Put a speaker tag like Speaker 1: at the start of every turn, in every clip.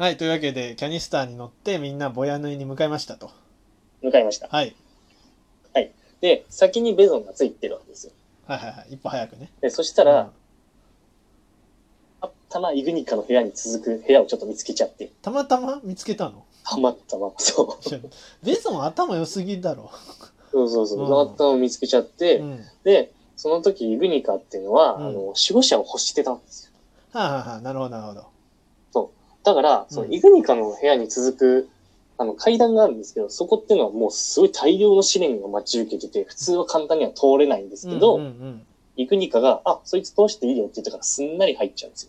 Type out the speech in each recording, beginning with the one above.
Speaker 1: はい、というわけでキャニスターに乗ってみんなボヤヌイに向かいましたと。
Speaker 2: 向かいました。
Speaker 1: はい。
Speaker 2: はい。で、先にベゾンがついてるわけですよ。
Speaker 1: はいはいはい。一歩早くね。
Speaker 2: で、そしたら、
Speaker 1: うん
Speaker 2: たまイグニカの部屋に続く部屋をちょっと見つけちゃって、
Speaker 1: たまたま見つけたの？
Speaker 2: たまたま、そう。
Speaker 1: いやベゾン頭良すぎだろ。
Speaker 2: そうそうそう。
Speaker 1: うん
Speaker 2: たまたま見つけちゃって、
Speaker 1: うん。
Speaker 2: で、その時イグニカっていうのは、
Speaker 1: うん
Speaker 2: 守護者を欲してたんですよ。
Speaker 1: はあ、はあはあ、なるほどなるほど。
Speaker 2: そう。だから、そのイグニカの部屋に続く、階段があるんですけど、そこっていうのはもうすごい大量の試練が待ち受けてて、普通は簡単には通れないんですけど、
Speaker 1: うんうんうん、
Speaker 2: イグニカが、あ、そいつ通していいよって言ったからすんなり入っちゃうんですよ。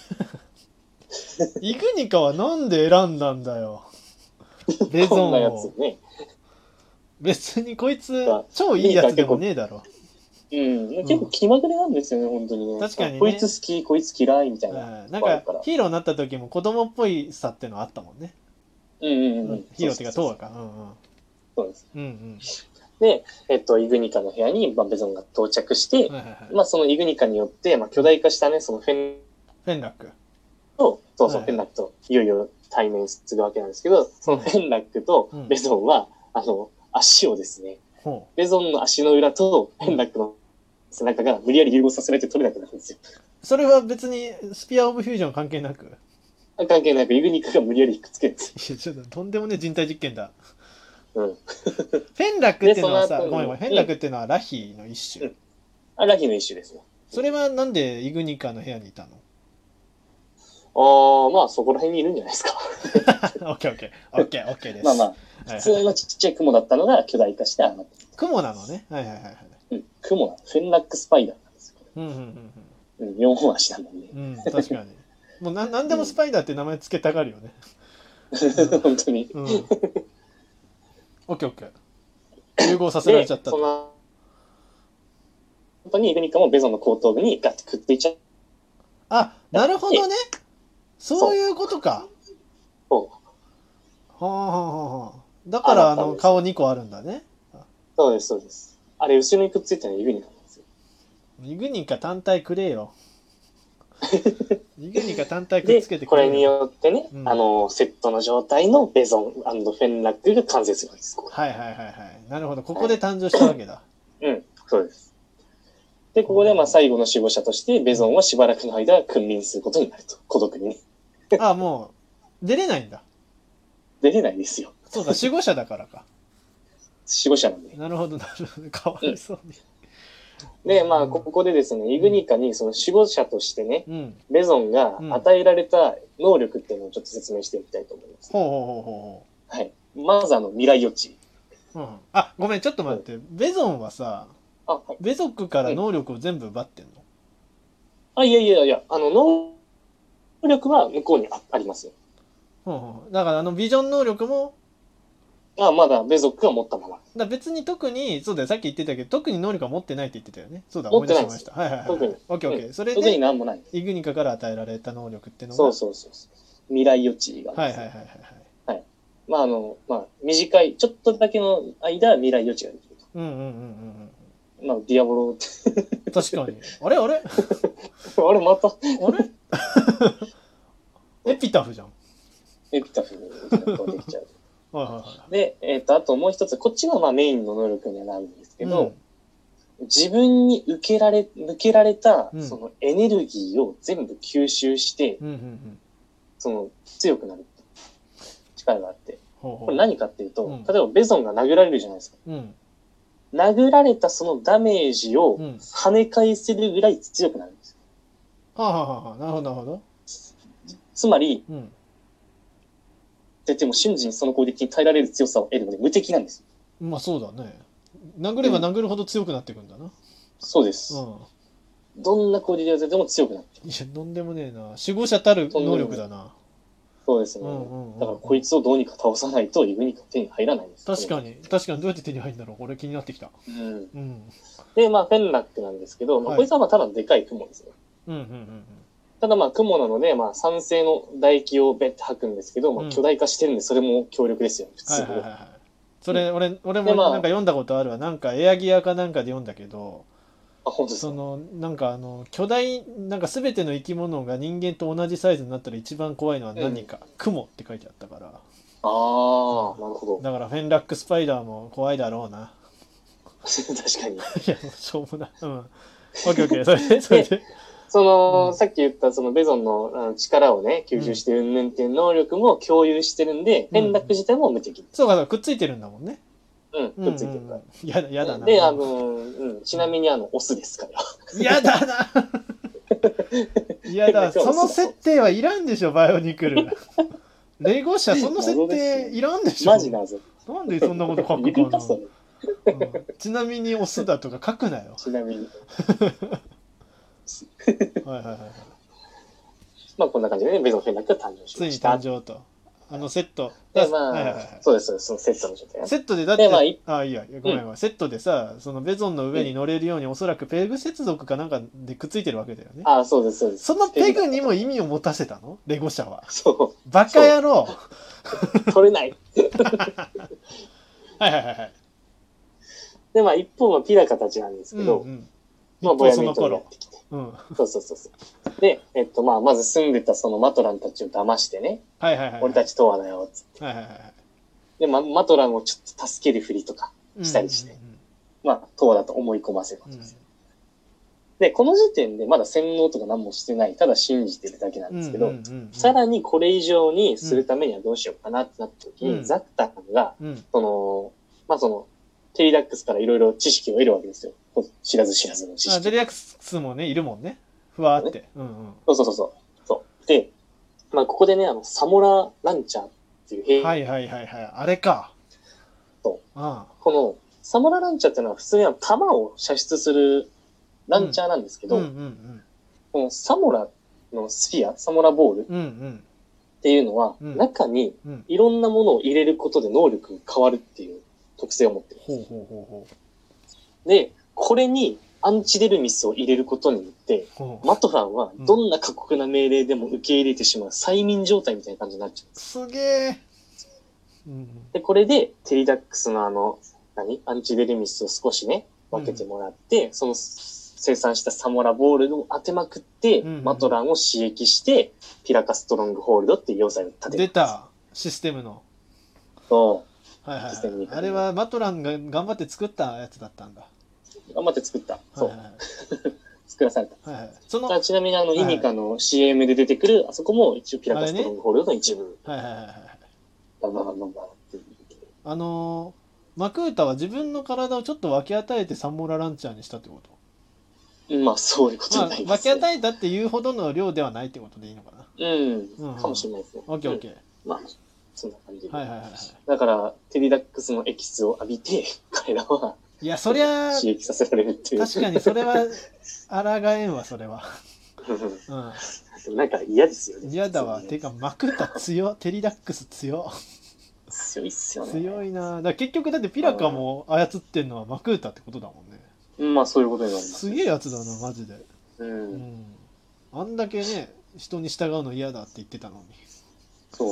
Speaker 1: イグニカはなんで選んだんだよ。ベゾ
Speaker 2: こんなや
Speaker 1: ンを。
Speaker 2: つね。
Speaker 1: 別にこいつ超いいやつでもねえだろ。
Speaker 2: うん、結構気まぐれなんですよね、本当にね。
Speaker 1: 確かにね。
Speaker 2: こいつ好き、こいつ嫌いみたいな。
Speaker 1: なんかヒーローになった時も子供っぽいさってのはあったもんね。
Speaker 2: うんうんうん。
Speaker 1: ヒーローっていうかトーアか。うんうん。
Speaker 2: そうです。
Speaker 1: うんうん。
Speaker 2: で、イグニカの部屋に、ベゾンが到着して、
Speaker 1: はいはいはい、
Speaker 2: そのイグニカによって、巨大化したね、そのフェ
Speaker 1: ンラック
Speaker 2: と、そうそう、フェンラックといよいよ対面するわけなんですけど、そのフェンラックとベゾンは、足をですね、ベゾンの足の裏とフェンラックの背中が無理やり融合させられて取れなくなるんですよ。
Speaker 1: それは別にスピアオブフュージョン関係なく？
Speaker 2: 関係なくイグニカが無理やりくっつけるんです
Speaker 1: よ。いや、ちょっととんでもね人体実験だ。
Speaker 2: うん。
Speaker 1: フェンラックっていうのはさ、ごめんごめん、フェンラックっていうのはラヒの一種。
Speaker 2: ラヒの一種ですよ。
Speaker 1: それはなんでイグニカの部屋にいたの？
Speaker 2: そこら辺にいるんじゃないですか。
Speaker 1: オッケーオッケー。オッケーオッケーです。
Speaker 2: 普通のちっちゃい雲だったのが巨大化して上がって。
Speaker 1: 雲なのね。はいはいはいはい。
Speaker 2: うん、雲なの。フェンラックスパイダーなんですよ。
Speaker 1: うんうんうん
Speaker 2: うん。4本足なのに。
Speaker 1: うん、確かに。もうなんでもスパイダーって名前つけたがるよね。
Speaker 2: 本当に。
Speaker 1: オッケーオッケー。融合させられちゃったと。
Speaker 2: 本当にイグニカもベゾンの後頭部にガッとくっついちゃう。
Speaker 1: あ、なるほどね。そういうことか。
Speaker 2: そう。
Speaker 1: はあはあはあ。だから顔2個あるんだね。
Speaker 2: そうですそうです。あれ後ろにくっついてるのイグニカなんですよ。
Speaker 1: イグニカ単体くれよ。イグニカ単体くっつけてくれよ。
Speaker 2: これによってね、セットの状態のベゾン&フェンラックが完成するわけです。
Speaker 1: はいはいはいはい。なるほど。ここで誕生したわけだ。
Speaker 2: うん、そうです。で、ここで最後の守護者としてベゾンはしばらくの間君臨することになると。孤独にね。
Speaker 1: あ、もう出れないんだ。
Speaker 2: 出れないですよ。
Speaker 1: そうか、守護者だからか。
Speaker 2: 守護者なんで。
Speaker 1: なるほどなるほど。かわいそうに。
Speaker 2: で、ここでですね、イグニカにその守護者としてね、ベゾンが与えられた能力っていうのをちょっと説明していきたいと思います。
Speaker 1: ほうほうほうほ
Speaker 2: う。はい。まず未来予知。
Speaker 1: あ、ごめん、ちょっと待って。ベゾンはさ、ベゾックから能力を全部奪ってんの？
Speaker 2: いや、能力は向こうにありますよ。
Speaker 1: だからビジョン能力も
Speaker 2: まだベゾックが持ったまま。
Speaker 1: だ別に特に、そうだよ、さっき言ってたけど、特に能力は持ってないって言ってたよね。そうだ、思い出しました。はいはいはい。特に。オッケーオッケー。それで、
Speaker 2: 特になんもない。
Speaker 1: イグニカから与えられた能力っていうの
Speaker 2: が。そう。未来予知が。
Speaker 1: はいはいはいはい。
Speaker 2: はい。短い、ちょっとだけの間、未来予知ができると。ディアボロ
Speaker 1: 確かに。あれ
Speaker 2: あれまた
Speaker 1: あれエピタフじゃん。
Speaker 2: エピタフができちゃう。で、あともう一つ、こっちはメインの能力にはなるんですけど、自分に向けられた、そのエネルギーを全部吸収して、強くなる力があって、これ何かっていうと、例えばベゾンが殴られるじゃないですか。殴られたそのダメージを跳ね返せるぐらい強くなるんですよ。
Speaker 1: なるほどなるほど。
Speaker 2: つまり、でも瞬時にその攻撃に耐えられる強さを得るので無敵なんですよ。
Speaker 1: まあそうだね。殴れば殴るほど強くなっていくんだな。
Speaker 2: そうです。どんな攻撃を当てても強くなっていく。
Speaker 1: いや、とんでもねえな。守護者たる能力だな。
Speaker 2: そうですね。だからこいつをどうにか倒さないとイグニカ手に入らないんです。
Speaker 1: 確かにどうやって手に入るんだろう。これ気になってきた。
Speaker 2: で、フェンラックなんですけど、こいつはただでかい雲ですね。ただ雲なので、酸性の唾液をベッて吐くんですけど、巨大化してるんで、それも強力ですよ、普通に。
Speaker 1: それ、俺もなんか読んだことあるわ。なんかエアギアかなんかで読んだけど、
Speaker 2: あ、本当ですか。
Speaker 1: なんか巨大、なんか全ての生き物が人間と同じサイズになったら一番怖いのは何か、雲って書いてあったから。
Speaker 2: ああ、なるほど。
Speaker 1: だからフェンラックスパイダーも怖いだろうな。
Speaker 2: 確かに。
Speaker 1: いや、しょうもない。うん。オッケーオッケー、それで。
Speaker 2: さっき言ったベゾンの力をね、吸収してうんぬんっていう能力も共有してるんで、フェンラック自体も無敵。
Speaker 1: そうか、くっついてるんだもんね。
Speaker 2: うん、くっついてるから。
Speaker 1: やだな。
Speaker 2: で、ちなみにオスですから。
Speaker 1: やだな。やだ、その設定はいらんでしょ、バイオニクル。レゴ社、その設定いらんでしょ。
Speaker 2: マジ謎。
Speaker 1: なんでそんなこと書くかな。ちなみにオスだとか書くなよ。
Speaker 2: ちなみに。
Speaker 1: はいはいはい。
Speaker 2: まあこんな感じでね、ベゾンフェンラックが誕生しました。
Speaker 1: ついに誕生と。セット。
Speaker 2: で、まあ、そうです、そのセットの状態。
Speaker 1: セットでだって、いいや、ごめん。セットでさ、そのベゾンの上に乗れるようにおそらくペグ接続かなんかでくっついてるわけだよね。
Speaker 2: あ、そうです、そうです。
Speaker 1: そのペグにも意味を持たせたのレゴ社は。
Speaker 2: そう。
Speaker 1: バカ野郎。
Speaker 2: 取れない。
Speaker 1: はいはいはいはい。
Speaker 2: で、まあ一方はピラカたちなんですけど、まあボヤメイトにやってきて。そう。で、まあまず住んでたそのマトランたちを騙してね。俺たち東亜だよ、つって。で、マトランをちょっと助けるふりとかしたりして。まあ東亜だと思い込ませることです。で、この時点でまだ洗脳とか何もしてない。ただ信じてるだけなんですけど、さらにこれ以上にするためにはどうしようかなってなった時に、ザクタンが、テリダックスからいろいろ知識を得るわけですよ。知らず知らずの知識。
Speaker 1: テリダックスもね、いるもんね。ふわーって。
Speaker 2: そう。で、まあここでね、サモラランチャーっていう兵器。
Speaker 1: はい。あれか。
Speaker 2: そう。この、サモラランチャーっていうのは普通に弾を射出するランチャーなんですけど、このサモラのスフィア、サモラボールっていうのは、中にいろんなものを入れることで能力が変わるっていう特性を持ってるんです。で、これにアンチデルミスを入れることによって、マトランはどんな過酷な命令でも受け入れてしまう催眠状態みたいな感じになっちゃうんです。
Speaker 1: すげえ。
Speaker 2: で、これでテリダックスのアンチデルミスを少しね、分けてもらって、その生産したサモラボールを当てまくって、マトランを刺激して、ピラカストロングホールドっていう要塞を立てる。
Speaker 1: 出たシステムの。
Speaker 2: そう。
Speaker 1: あれはマトランが頑張って作ったやつだったんだ。
Speaker 2: 頑張って作った。そう。作らされた。ちなみにイニカの CM で出てくる、あそこも一応ピラカストロングホールドの一部。
Speaker 1: マクータは自分の体をちょっと分け与えてサモラランチャーにしたってこと？
Speaker 2: まあそういうことになります。
Speaker 1: 分け与えたっていうほどの量ではないってことでいいのかな？
Speaker 2: かもしれないですね。
Speaker 1: オッケー。
Speaker 2: まあ、そんな感じで。だから、テリダックスのエキスを浴びて、彼らは、
Speaker 1: いや、そりゃ、
Speaker 2: 刺激させられるっていう。
Speaker 1: 確かに、それは、抗えんわ、それは。
Speaker 2: なんか嫌ですよね。
Speaker 1: 嫌だわ。てか、マクータ強、テリダックス強。
Speaker 2: 強いっすよね。
Speaker 1: 強いな。結局、だってピラカも操ってんのはマクータってことだもんね。
Speaker 2: まあ、そういうことになります。
Speaker 1: すげえやつだな、マジで。あんだけね、人に従うの嫌だって言ってたのに。
Speaker 2: そう。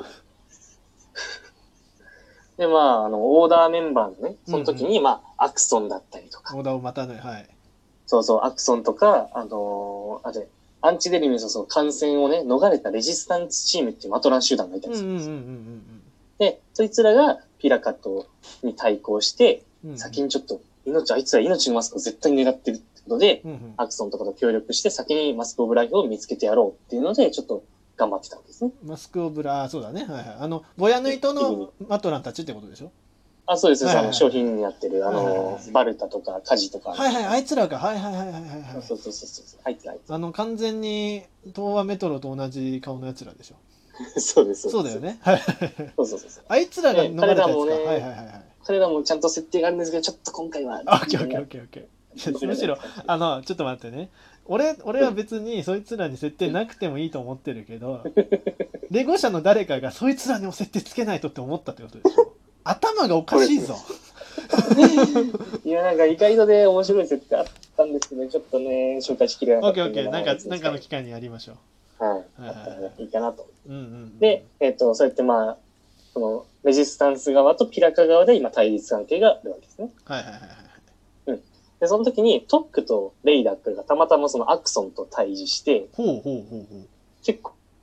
Speaker 2: で、まあ、オーダーメンバーのね、その時に、まあ、アクソンだったりとか。
Speaker 1: オーダーをまたね、はい。
Speaker 2: アクソンとか、アンチデルミスの感染をね、逃れたレジスタンスチームっていうマトラン集団がいたんですよ。で、そいつらがピラカットに対抗して、先にちょっと、あいつら命のマスクを絶対に狙ってるってことで、アクソンとかと協力して先にマスクオブライフを見つけてやろうっていうので、ちょっと頑張ってたわけですね。
Speaker 1: マスクオブラ、そうだね。ボヤヌイトのマトランたちってことでしょ？
Speaker 2: そうです。商品になってる、バルタとかカジとか。
Speaker 1: あいつらか。
Speaker 2: そう。あいつら。
Speaker 1: 完全に東亜メトロと同じ顔のやつらでしょ？
Speaker 2: そうです。
Speaker 1: そうだよね。
Speaker 2: そう。
Speaker 1: あいつらが逃れたやつか。
Speaker 2: 彼らもちゃんと設定があるんですけど、ちょっと今回は。
Speaker 1: オッケー。むしろ、ちょっと待ってね。俺は別にそいつらに設定なくてもいいと思ってるけど、レゴ社の誰かがそいつらにも設定つけないとって思ったってことでしょ？頭がおかしいぞ。
Speaker 2: いや、なんか意外とね、面白い設定あったんですけど、ちょっとね、紹介しきれなかった。
Speaker 1: オッケー。なんかの機会にやりましょう。
Speaker 2: はい。いいかなと。で、そうやってまあ、その、レジスタンス側とピラカ側で今対立関係があるわけですね。 で、その時にトックとレイダックがたまたまそのアクソンと対峙して、
Speaker 1: ほうほうほうほう。
Speaker 2: 結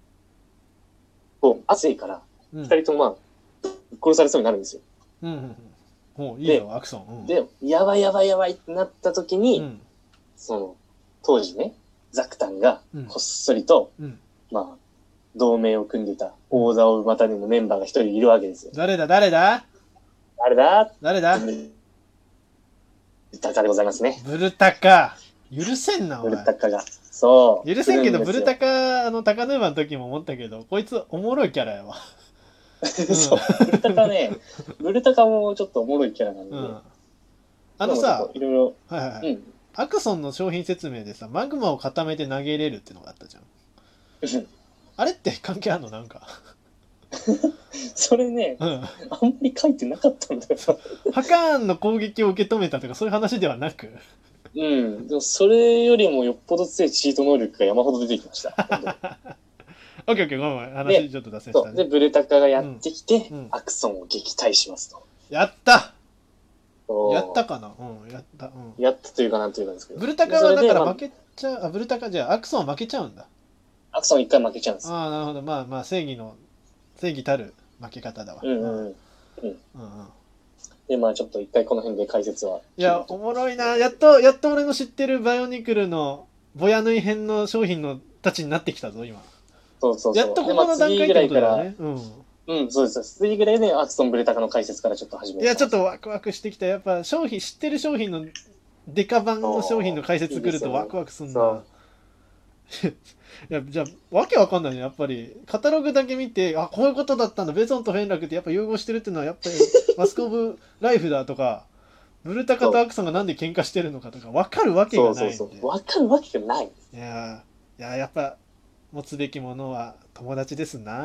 Speaker 2: 構、熱いから、
Speaker 1: うん、
Speaker 2: 二人ともまあ、殺されそうになるんですよ。
Speaker 1: うんうんうん。ほう、いいよ、アクソン。うん、
Speaker 2: で、やばいやばいやばいってなった時に、うん、その、当時ね、ザクタンがこっそりと、うん、まあ、同盟を組んでた王座をまたにもメンバーが一人いるわけですよ。
Speaker 1: 誰だ
Speaker 2: 誰だ
Speaker 1: ブ
Speaker 2: ルタカでございますね。
Speaker 1: ブルタカ。許せんな、お前。
Speaker 2: ブルタカが。そう。
Speaker 1: 許せんけど、ブルタカ、高沼の時も思ったけど、こいつおもろいキャラやわ。
Speaker 2: そう。ブルタカね、ブルタカもちょっとおもろいキャラなんで。うん、
Speaker 1: あのさ、
Speaker 2: いろいろ。
Speaker 1: はいはい。うん、アクソンの商品説明でさ、マグマを固めて投げれるってのがあったじゃん。あれって関係あるのなんか。
Speaker 2: それね、うん、あんまり書いてなかったんだよ。
Speaker 1: ハカーンの攻撃を受け止めたとかそういう話ではなく。
Speaker 2: うん。でもそれよりもよっぽど強いチート能力が山ほど出てきました。
Speaker 1: オッケーオッケー、ごめん、話ちょっと脱線したね。
Speaker 2: で、ブルタカがやってきて、うん、アクソンを撃退しますと。
Speaker 1: やったやったかな、うん、やった。うん、
Speaker 2: やったというかなんというかですけど。
Speaker 1: ブルタカはだから負けちゃう、ブルタカじゃあアクソンは負けちゃうんだ。
Speaker 2: アクソン一回負けちゃうんです。
Speaker 1: ああ、なるほど。まあまあ、正義たる負け方だわ。
Speaker 2: うんうん。うんうん。で、まあちょっと一回この辺で解説は。
Speaker 1: いや、おもろいな。やっと俺の知ってるバイオニクルのボヤ縫い編の商品のたちになってきたぞ、今。
Speaker 2: そう。
Speaker 1: やっとここの段階ってことだよね。
Speaker 2: うん、そうです。次ぐらいでアクソンブルタカの解説からちょっと始めます。
Speaker 1: いや、ちょっとワクワクしてきた。やっぱ知ってる商品のデカ版の商品の解説来るとワクワクすんな。いや、じゃあわけわかんないね。やっぱりカタログだけ見て、あ、こういうことだったんだ、ベゾンとフェンラクってやっぱ融合してるっていうのはやっぱりマスク・オブ・ライフだとか、ブルタカとアクソンがなんで喧嘩してるのかとか分かるわけがないんで。
Speaker 2: そう分かるわけがない。
Speaker 1: いややっぱ持つべきものは友達ですな。